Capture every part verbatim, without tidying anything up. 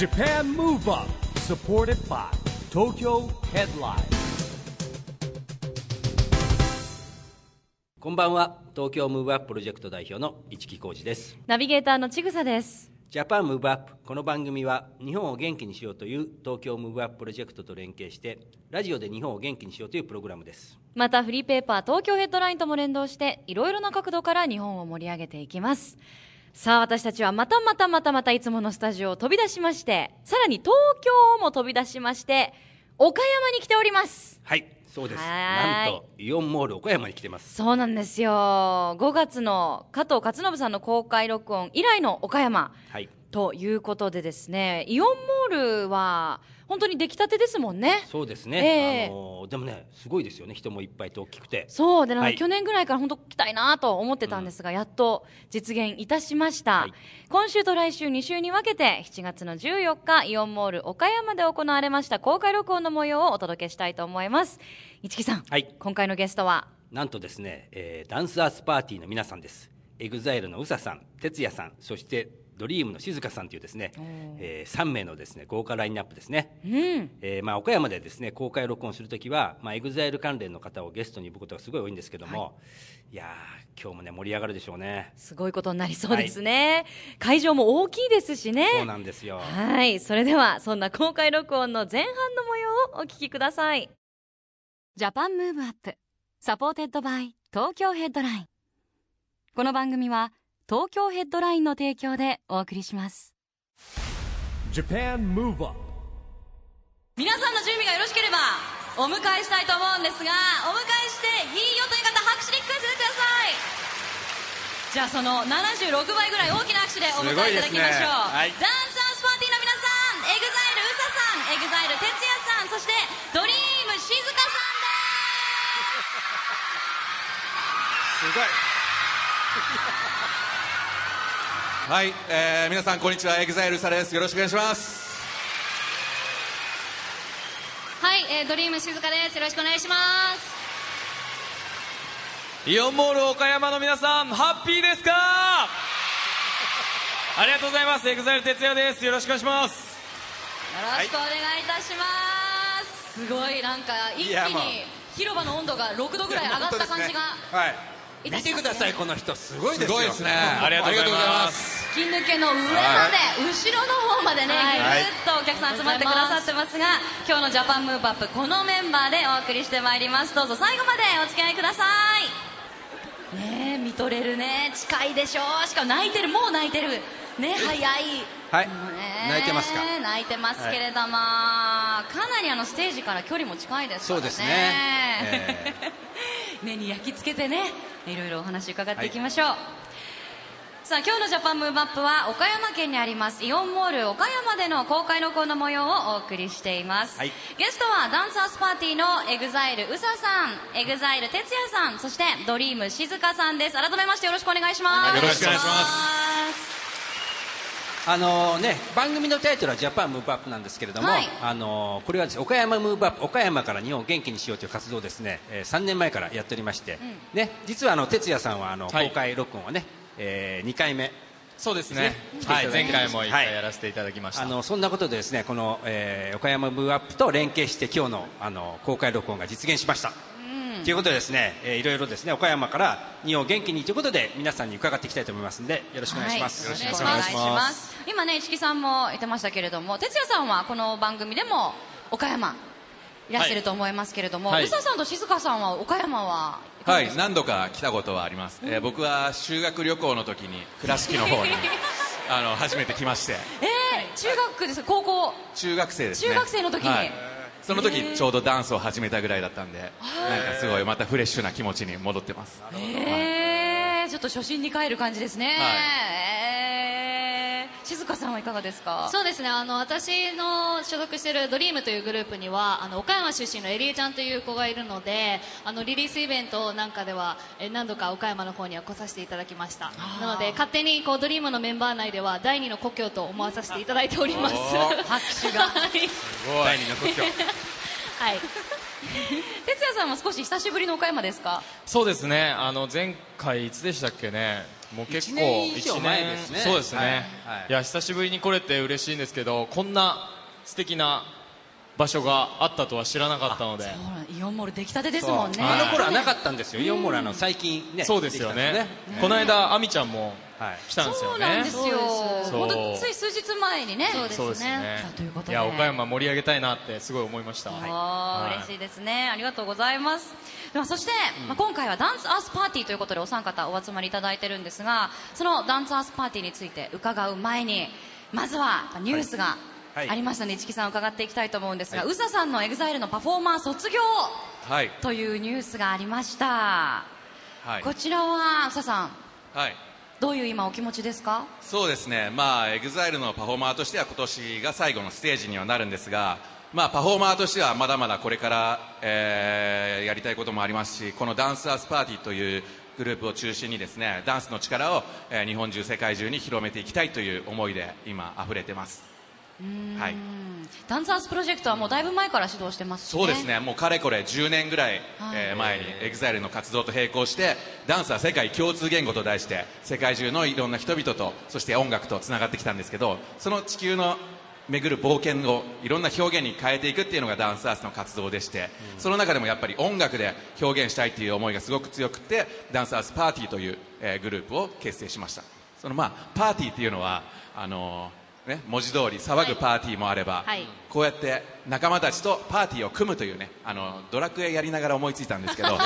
Japan Move Up supported by Tokyo Headline。 こんばんは。東京ムーブアッププロジェクト代表の市木浩司です。 ナビゲーターのちぐさです。 ジャパンムーブアップ、この番組は日本を元気にしようという東京ムーブアッププロジェクトと連携してラジオで日本を元気にしようというプログラムです。 またフリーペーパー東京ヘッドラインとも連動していろいろな角度から日本を盛り上げていきます。さあ私たちはまたまたまたまたいつものスタジオを飛び出しまして、さらに東京も飛び出しまして岡山に来ております。 はい、そうです。なんとイオンモール岡山に来てます。 そうなんですよ。ごがつの加藤勝信さんの公開録音以来の岡山、はい、ということでですね、イオンモールは本当に出来たてですもんね。 そうですね、えー、あのでもねすごいですよね。人もいっぱいと大きくて、 そうで、はい、去年ぐらいから本当来たいなと思ってたんですが、うん、やっと実現いたしました、はい、今週と来週に週に分けてしちがつのじゅうよっかイオンモール岡山で行われました公開録音の模様をお届けしたいと思います。市木さん、はい、今回のゲストはなんとですね、えー、ダンサースパーティーの皆さんです。エグザイルの宇佐さん、哲也さん、そしてドリームの静香さんというですね、えー、さんめいのですね豪華ラインナップですね、うんえーまあ、岡山でですね公開録音するときは、まあ、エグザイル関連の方をゲストに呼ぶことがすごい多いんですけども、はい、いやー今日もね盛り上がるでしょうね。 すごいことになりそうですね、はい、会場も大きいですしね。 そうなんですよ。 はい、それではそんな公開録音の前半の模様をお聞きください。ジャパンムーブアップサポーテッドバイ東京ヘッドライン。この番組は東京ヘッドラインの提供でお送りします。 Japan Move Up。 皆さんの準備がよろしければお迎えしたいと思うんですが、お迎えしていいよという方拍手で聞かせてください。じゃあそのななじゅうろくばいぐらい大きな拍手でお迎えいただきましょう、はい、ダンサースパーティーの皆さん、エグザイル宇佐さん、エグザイル哲也さん、そしてドリーム静香さんです。 すごいはい、えー、皆さんこんにちは。エグザイル宇佐です。よろしくお願いします。 はい、えー、ドリーム静香です。よろしくお願いします。 イオンモール岡山の皆さんハッピーですか？ありがとうございます。エグザイル哲也です。よろしくお願いします。 よろしくお願いいたします、はい、すごいなんか一気に広場の温度がろくどぐらい上がった感じが、 はい見てください、この人すごいですよ。 すごいですね。 ありがとうございます。 吹き抜けの上まで、はい、後ろの方までね、はい、ぐるっとお客さん集まってくださってますが、今日のジャパンムーブアップこのメンバーでお送りしてまいります。どうぞ最後までお付き合いください。ねえ見とれるね、近いでしょう。しかも泣いてる、もう泣いてるね、早い。 はい、泣いてますか？ 泣いてますけれども、はい、かなりあのステージから距離も近いですからね。そうですね、えー、目に焼き付けてね、いろいろお話伺っていきましょう、はい、さあ今日のジャパンムーブアップは岡山県にありますイオンモール岡山での公開録音の模様をお送りしています、はい、ゲストはダンサースパーティーのエグザイル宇佐さん、エグザイル哲也さん、そしてドリーム静香さんです。改めましてよろしくお願いします。 よろしくお願いします。 あのね、番組のタイトルはジャパンムーブアップなんですけれども、はい、あのこれはですね、岡山ムーブアップ、岡山から日本を元気にしようという活動をですね、えー、さんねんまえからやっておりまして、うんね、実はあの哲也さんはあの、はい、公開録音はね、えー、にかいめ。 そうですね、はい、前回もいっかいやらせていただきました、 はい、あのそんなことでですね、この、えー、岡山ムーブアップと連携して今日の、あの公開録音が実現しました。ということでですね、えー、いろいろですね岡山から日本を元気にということで皆さんに伺っていきたいと思いますのでよろしくお願いします、 はい、よろしくお願いします。今ね市木さんも言ってましたけれども、哲也さんはこの番組でも岡山いらっしゃると思いますけれども、はい、宇佐さんと静香さんは岡山はいかがですか？ はい、何度か来たことはあります、うんえー、僕は修学旅行の時に倉敷の方にあの初めて来まして、 えー、中学ですか？高校？ 中学生ですね。 中学生の時に、はい、 その時ちょうどダンスを始めたぐらいだったんで、なんかすごいまたフレッシュな気持ちに戻ってます。 えー、ちょっと初心に帰る感じですね、はいえー、静香さんはいかがですか？ そうですね、あの私の所属しているドリームというグループにはあの岡山出身のエリエちゃんという子がいるので、あのリリースイベントなんかではえ何度か岡山の方には来させていただきました。なので勝手にこうドリームのメンバー内では第二の故郷と思わさせていただいております。 拍手が、はい、 すごい第二の故郷はい哲也さんも少し久しぶりの岡山ですか？ そうですね、あの前回いつでしたっけね、もう結構いちねん以上前ですね。 そうですね、 はいはい、 いや久しぶりに来れて嬉しいんですけど、こんな素敵な場所があったとは知らなかったので。 そうイオンモール出来たてですもんね。 あの頃はなかったんですよ、イオンモール、あの最近ね。 そうですよね、 ね、 この間亜美ちゃんも来たんですよね。 そうなんですよ。 本当つい数日前にね。 そうですね。 ということで、 いや岡山盛り上げたいなってすごい思いました。 はい、嬉しいですね。ありがとうございます。ではそして、うん、まあ、今回はダンスアースパーティーということでお三方お集まりいただいてるんですが、そのダンスアースパーティーについて伺う前に、まずはニュースが、はい、ありましたので、市木さん伺っていきたいと思うんですが、宇佐、はい、さんの エグザイル のパフォーマー卒業、はい、というニュースがありました、はい、こちらは宇佐さん、はい、どういう今お気持ちですか？ そうですね、まあ、エグザイル のパフォーマーとしては今年が最後のステージにはなるんですが、まあ、パフォーマーとしてはまだまだこれから、えー、やりたいこともありますし、このダンスアースパーティーというグループを中心にですね、ダンスの力を、えー、日本中世界中に広めていきたいという思いで今溢れてます。 はい、ダンサーズプロジェクトはもうだいぶ前から始動してますし、ね、 そうですね、もうかれこれじゅうねんぐらい、はい、えー、前に エグザイル の活動と並行してダンスは世界共通言語と題して世界中のいろんな人々とそして音楽とつながってきたんですけど、その地球の巡る冒険をいろんな表現に変えていくっていうのがダンスアースの活動でして、うん、その中でもやっぱり音楽で表現したいっていう思いがすごく強くて、ダンスアースパーティーという、えー、グループを結成しました。そのまあパーティーっていうのはあのーね、文字通り騒ぐパーティーもあれば、はい、こうやって仲間たちとパーティーを組むというね、あのドラクエやりながら思いついたんですけど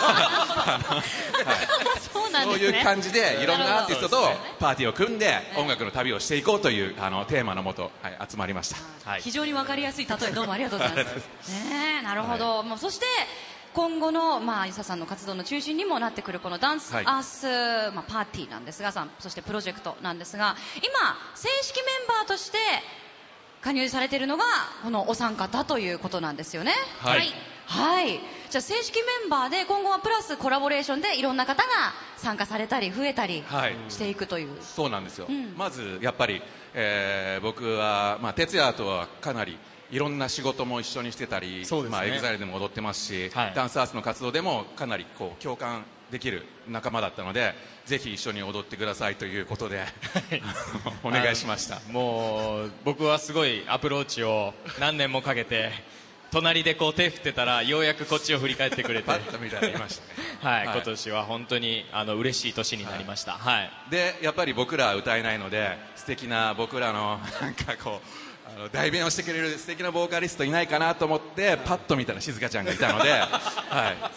そういう感じでいろんなアーティストとパーティーを組んで音楽の旅をしていこうというあのテーマのもと、はい、集まりました、はい、 非常に分かりやすい例えどうもありがとうございますね、なるほど、はい、もうそして今後の、まあ、伊佐さんの活動の中心にもなってくるこのダンスアース、はい、まあ、パーティーなんですが、そしてプロジェクトなんですが、今正式メンバーとして加入されているのがこのお三方ということなんですよね。 はい、 はい、じゃあ正式メンバーで今後はプラスコラボレーションでいろんな方が参加されたり増えたりしていくという、 はい、そうなんですよ、うん、まずやっぱり、えー、僕は、まあ、哲也とはかなりいろんな仕事も一緒にしてたり、ね、まあ、エグザイル でも踊ってますし、はい、ダンスアースの活動でもかなりこう共感できる仲間だったので、ぜひ一緒に踊ってくださいということでお願いしました。 もう僕はすごいアプローチを何年もかけて隣でこう手振ってたらようやくこっちを振り返ってくれてパッと見たらいましたねはい、はい、今年は本当にあの嬉しい年になりました、はいはい、 でやっぱり僕らは歌えないので、素敵な僕らのなんかこうあの代弁をしてくれる素敵なボーカリストいないかなと思ってパッと見たら静香ちゃんがいたので、はい、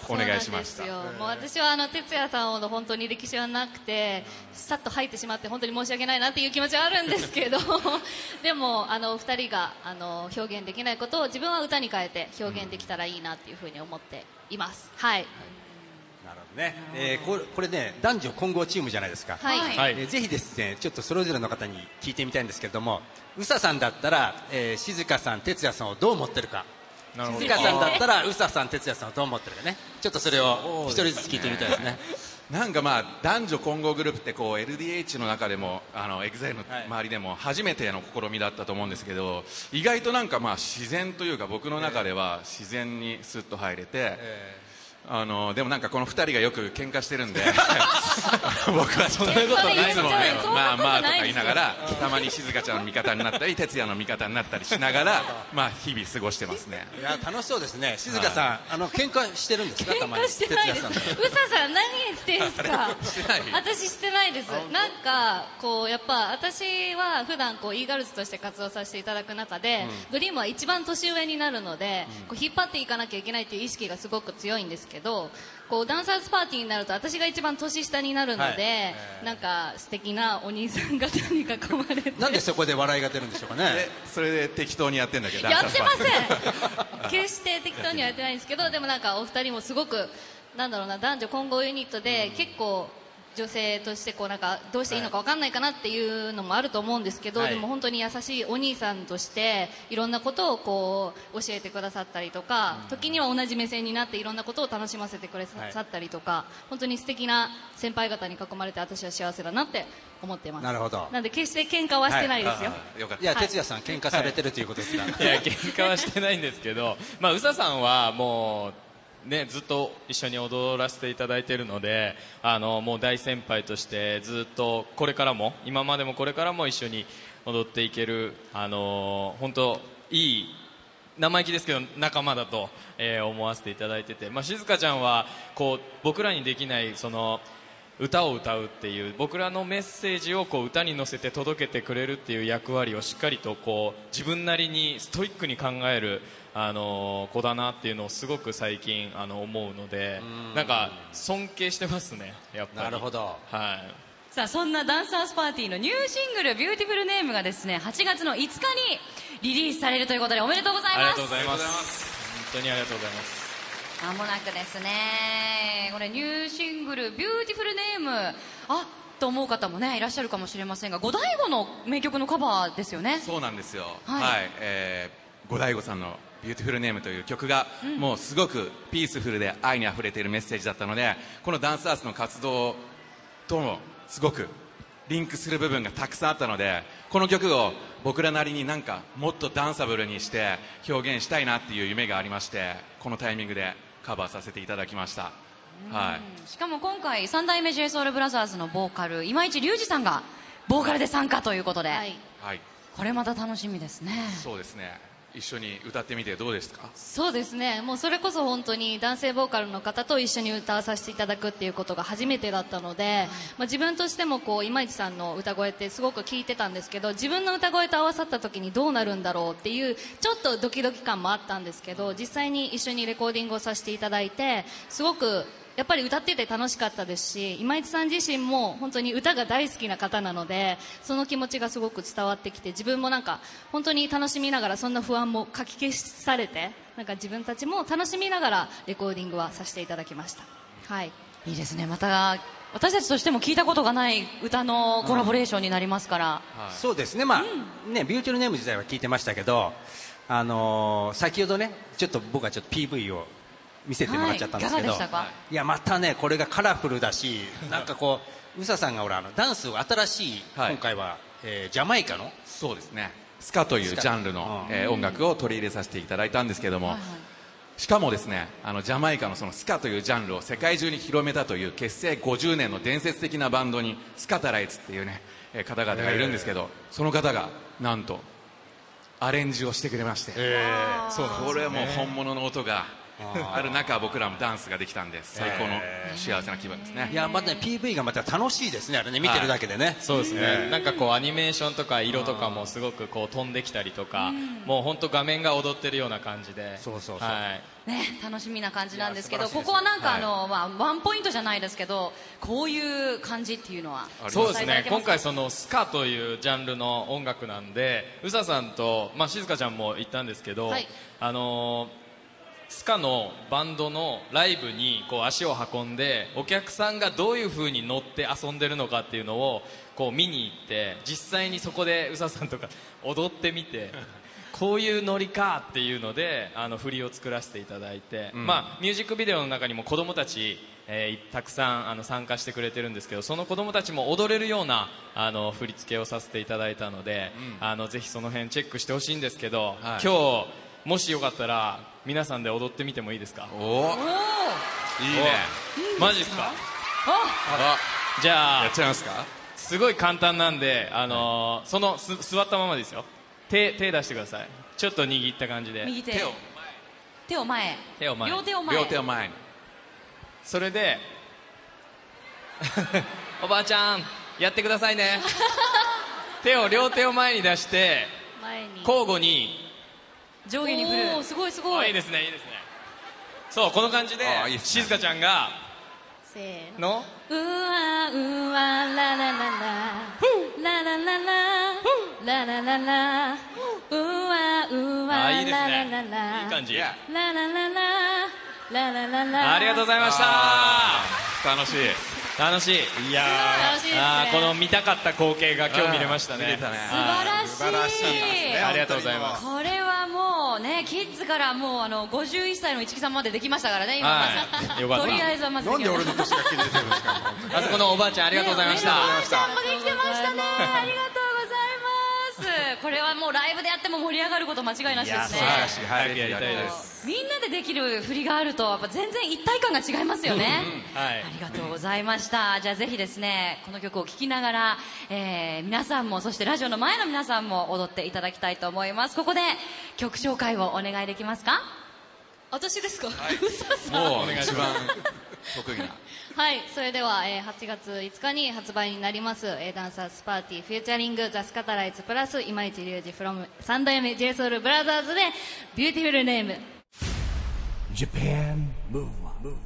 お願いしました。 もう私はあの哲也さんほど本当に歴史はなくて、さっと入ってしまって本当に申し訳ないなっていう気持ちはあるんですけどでもあのお二人があの表現できないことを自分は歌に変えて表現できたらいいなっていうふうに思っています。はい、 なるほどね、えー、これ、これね男女混合チームじゃないですか、はい、えー、ぜひですねちょっとそれぞれの方に聞いてみたいんですけれども、宇佐さんだったら、えー、静香さん哲也さんをどう思ってるか、静香さんだったら宇佐さん哲也さんをどう思ってるかね、ちょっとそれを一人ずつ聞いてみたいですね。 なんかまあ男女混合グループってこう エルディーエイチ の中でもあの エグザイル の周りでも初めての試みだったと思うんですけど、意外となんかまあ自然というか僕の中では自然にスッと入れて、えーあのでもなんかこのふたりがよく喧嘩してるんで僕はそんなことないいつもねまあまあとか言いながらたまに静香ちゃんの味方になったり哲也の味方になったりしながらまあ日々過ごしてますね。 いや楽しそうですね。静香さん、はい、あの喧嘩してるんですか？たまに喧嘩してないです。宇佐さん何言ってんすか私してないです。なんかこうやっぱ私は普段こう イーガールズとして活動させていただく中で、うん、ドリームは一番年上になるので、うん、こう引っ張っていかなきゃいけないという意識がすごく強いんですけど、こうダンサーズパーティーになると私が一番年下になるので、はいなんか素敵なお兄さん方に囲まれてなんでそこで笑いが出るんでしょうかね。 それで適当にやってんだけどやってません決して適当にはやってないんですけど、でもなんかお二人もすごくなんだろうな男女混合ユニットで、うん、結構女性としてこうなんかどうしていいのか分かんないかなっていうのもあると思うんですけど、 はい、 でも本当に優しいお兄さんとしていろんなことをこう教えてくださったりとか、うん、時には同じ目線になっていろんなことを楽しませてくださったりとか、はい、本当に素敵な先輩方に囲まれて私は幸せだなって思ってます。 なるほど。 なんで決して喧嘩はしてないですよ。はい、 よかった。いや、哲也さん喧嘩されてるということですか。 いや、喧嘩はしてないんですけど、まあ宇佐さんはもうね、ずっと一緒に踊らせていただいているので、あのもう大先輩としてずっとこれからも今までもこれからも一緒に踊っていける、あの本当いい生意気ですけど仲間だと、えー、思わせていただいてて、まあ、静香ちゃんはこう僕らにできないその歌を歌うっていう僕らのメッセージをこう歌に乗せて届けてくれるっていう役割をしっかりとこう自分なりにストイックに考えるあの子だなっていうのをすごく最近あの思うので、んなんか尊敬してますね、やっぱり。 なるほど。 はい。 さあ、そんなダンサーズパーティーのニューシングル「ビューティフルネーム」がですねはちがつのいつかにリリースされるということでおめでとうございます。 ありがとうございます。本当にありがとうございます。 まもなくですね、これニューシングル「ビューティフルネーム」あと思う方もねいらっしゃるかもしれませんが、ゴダイゴの名曲のカバーですよね。 そうなんですよ。 はい、 はい、えー、ゴダイゴさんのビューティフルネームという曲が、うん、もうすごくピースフルで愛にあふれているメッセージだったので、このダンスアースの活動ともすごくリンクする部分がたくさんあったので、この曲を僕らなりになんかもっとダンサブルにして表現したいなっていう夢がありまして、このタイミングでカバーさせていただきました。はい、 しかも今回三代目 ジェイソウルブラザーズのボーカル今市隆二さんがボーカルで参加ということで、はいはい、これまた楽しみですね。 そうですね。一緒に歌ってみてどうですか？ そうですね、もうそれこそ本当に男性ボーカルの方と一緒に歌わさせていただくっていうことが初めてだったので、まあ、自分としてもこう今市さんの歌声ってすごく聞いてたんですけど、自分の歌声と合わさった時にどうなるんだろうっていうちょっとドキドキ感もあったんですけど、実際に一緒にレコーディングをさせていただいてすごくやっぱり歌ってて楽しかったですし、今市さん自身も本当に歌が大好きな方なので、その気持ちがすごく伝わってきて、自分もなんか本当に楽しみながらそんな不安もかき消されて、なんか自分たちも楽しみながらレコーディングはさせていただきました。はい、 いいですね。また私たちとしても聞いたことがない歌のコラボレーションになりますから、 うんはい、そうですね、まあうん、ねビューティフルネーム自体は聞いてましたけど、あのー、先ほどねちょっと僕はちょっと ピーブイ を見せてもらっちゃったんですけど、はい、いいやまたねこれがカラフルだし、なんかこう宇佐さんがほらあのダンスを新しい、はい、今回は、えー、ジャマイカのそうですねスカというジャンルの、うんえー、音楽を取り入れさせていただいたんですけども、はいはい、しかもですねあのジャマイカのそのスカというジャンルを世界中に広めたという結成ごじゅうねんの伝説的なバンドにスカタライツっていうね、えー、方々がいるんですけど、その方がなんとアレンジをしてくれまして、そうこれはもう本物の音がある中僕らもダンスができたんで最高の幸せな気分ですね。 いやまたね ピーブイ がまた楽しいですね、あれね見てるだけでね、はい、 そうですね、なんかこうアニメーションとか色とかもすごくこう飛んできたりとか、もう本当画面が踊ってるような感じで、 そうそうそう、 はいね、楽しみな感じなんですけど、ここはなんかあの、はいまあ、ワンポイントじゃないですけどこういう感じっていうのはそうですね、今回そのスカというジャンルの音楽なんで、宇佐さんと、まあ、静香ちゃんも言ったんですけど、はい、あのースカのバンドのライブにこう足を運んでお客さんがどういう風に乗って遊んでるのかっていうのをこう見に行って、実際にそこで宇佐さんとか踊ってみてこういうノリかっていうのであの振りを作らせていただいて、うんまあ、ミュージックビデオの中にも子供たち、えー、たくさんあの参加してくれてるんですけど、その子供たちも踊れるようなあの振り付けをさせていただいたので、うん、あのぜひその辺チェックしてほしいんですけど、はい、今日もしよかったら皆さんで踊ってみてもいいですか？ おおいいね。 マジですか？ あじゃあやっちゃいますか？ すごい簡単なんで、あのー、そのす座ったままですよ。手手出してください。ちょっと握った感じで右手手を手を前手を前両手を前両手を前に。 それでおばあちゃんやってくださいね手を両手を前に出して前に交互に上下に振る。 おーすごいすごい。 いいですねいいですね。そうこの感じで静香ちゃんがせーのうわうわラララララララララララララうわうわあいいですねララララいい感じ。 ラララララララララありがとうございました。 楽しい。 楽しい。いや楽しいですね。 あこの見たかった光景が今日見れましたね。 見れたね。 素晴らしい。 素晴らしいですね。 ありがとうございます。 これはもうね、キッズからもうあのごじゅういっさいの市木さんまでできましたからね、今まず、 はい、よかった。 とりあえずはまずなんで俺の年が気に出てるんですか。 あそこのおばあちゃんありがとうございました。 ね、おばあちゃんもできてましたね。ありがとうございます。これはもうライブでやっても盛り上がること間違いなしですね。 早くやりたいです。 みんなでできる振りがあるとやっぱ全然一体感が違いますよね。 はい。 ありがとうございました。じゃあぜひですね、この曲を聴きながら、えー、皆さんもそしてラジオの前の皆さんも踊っていただきたいと思います。ここで曲紹介をお願いできますか。 私ですか。 もう一番得意な。 はい、それでは、えー、はちがついつかに発売になります、えー、ダンサーズパーティーフューチャリングザスカタライツプラス今市隆二 from 三代目 JSOULBROTHERS でビューティフルネーム。 Japan Move Up。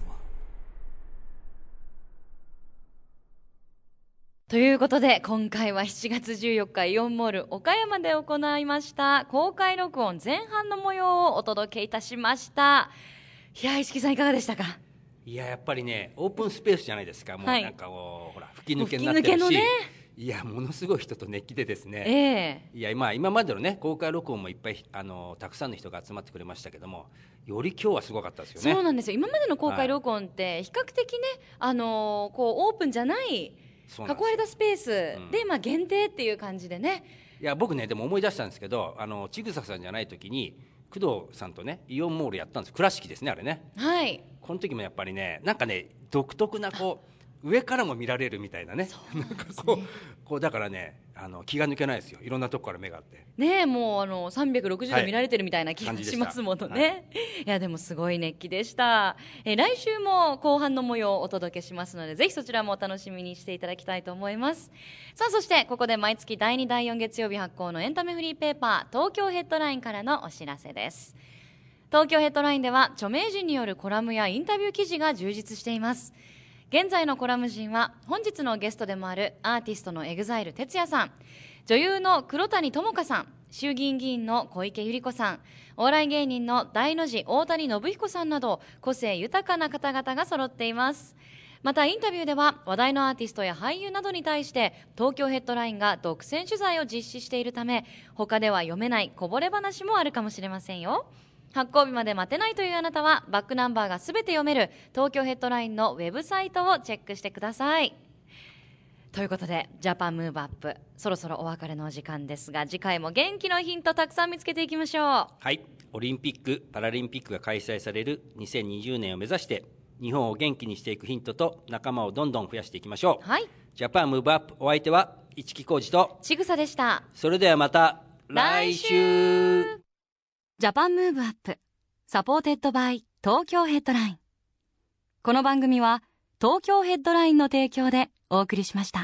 ということで今回はしちがつじゅうよっかイオンモール岡山で行いました公開録音前半の模様をお届けいたしました。いや、石木さんいかがでしたか。いややっぱりねオープンスペースじゃないですか。もうなんかこう、はい、ほら吹き抜けになってるし、 吹き抜けのね、 いやものすごい人と熱気でですね、 えー、 いや、まあ、今までのね公開録音もいっぱいあのたくさんの人が集まってくれましたけども、より今日はすごかったですよね。 そうなんですよ。今までの公開録音って比較的ね、あのー、こうオープンじゃない囲われたスペースで、うん、まあ、限定っていう感じでね。 いや僕ねでも思い出したんですけど、あのちぐささんじゃない時に工藤さんとねイオンモールやったんです。倉敷ですね、あれね。 はい。 この時もやっぱりね、なんかね独特なこう上からも見られるみたいなね。 そうなんですね。 なんかこうこうだからね、あの気が抜けないですよ。いろんなとこから目があってね。えもうあのさんびゃくろくじゅうど見られてるみたいな気がしますものね、はい、いやでもすごい熱気でした。え来週も後半の模様をお届けしますので、ぜひそちらもお楽しみにしていただきたいと思います。さあそしてここで毎月だいにだいよん月曜日発行のエンタメフリーペーパー東京ヘッドラインからのお知らせです。東京ヘッドラインでは著名人によるコラムやインタビュー記事が充実しています。現在のコラム陣は本日のゲストでもあるアーティストの エグザイル 哲也さん、女優の黒谷友香さん、衆議院議員の小池百合子さん、お笑い芸人の大の字大谷信彦さんなど個性豊かな方々が揃っています。またインタビューでは話題のアーティストや俳優などに対して東京ヘッドラインが独占取材を実施しているため、他では読めないこぼれ話もあるかもしれませんよ。発行日まで待てないというあなたはバックナンバーがすべて読める東京ヘッドラインのウェブサイトをチェックしてください。ということでジャパンムーブアップ、そろそろお別れのお時間ですが、次回も元気のヒントたくさん見つけていきましょう。 はい、オリンピック・パラリンピックが開催されるにせんにじゅうねんを目指して日本を元気にしていくヒントと仲間をどんどん増やしていきましょう。 はい、 ジャパンムーブアップ、お相手は市木浩二とちぐさでした。 それではまた来週。 ジャパンムーブアップサポーテッドバイ東京ヘッドライン。この番組は東京ヘッドラインの提供でお送りしました。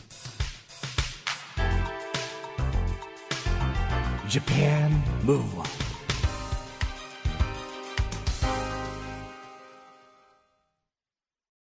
Japan Move Up。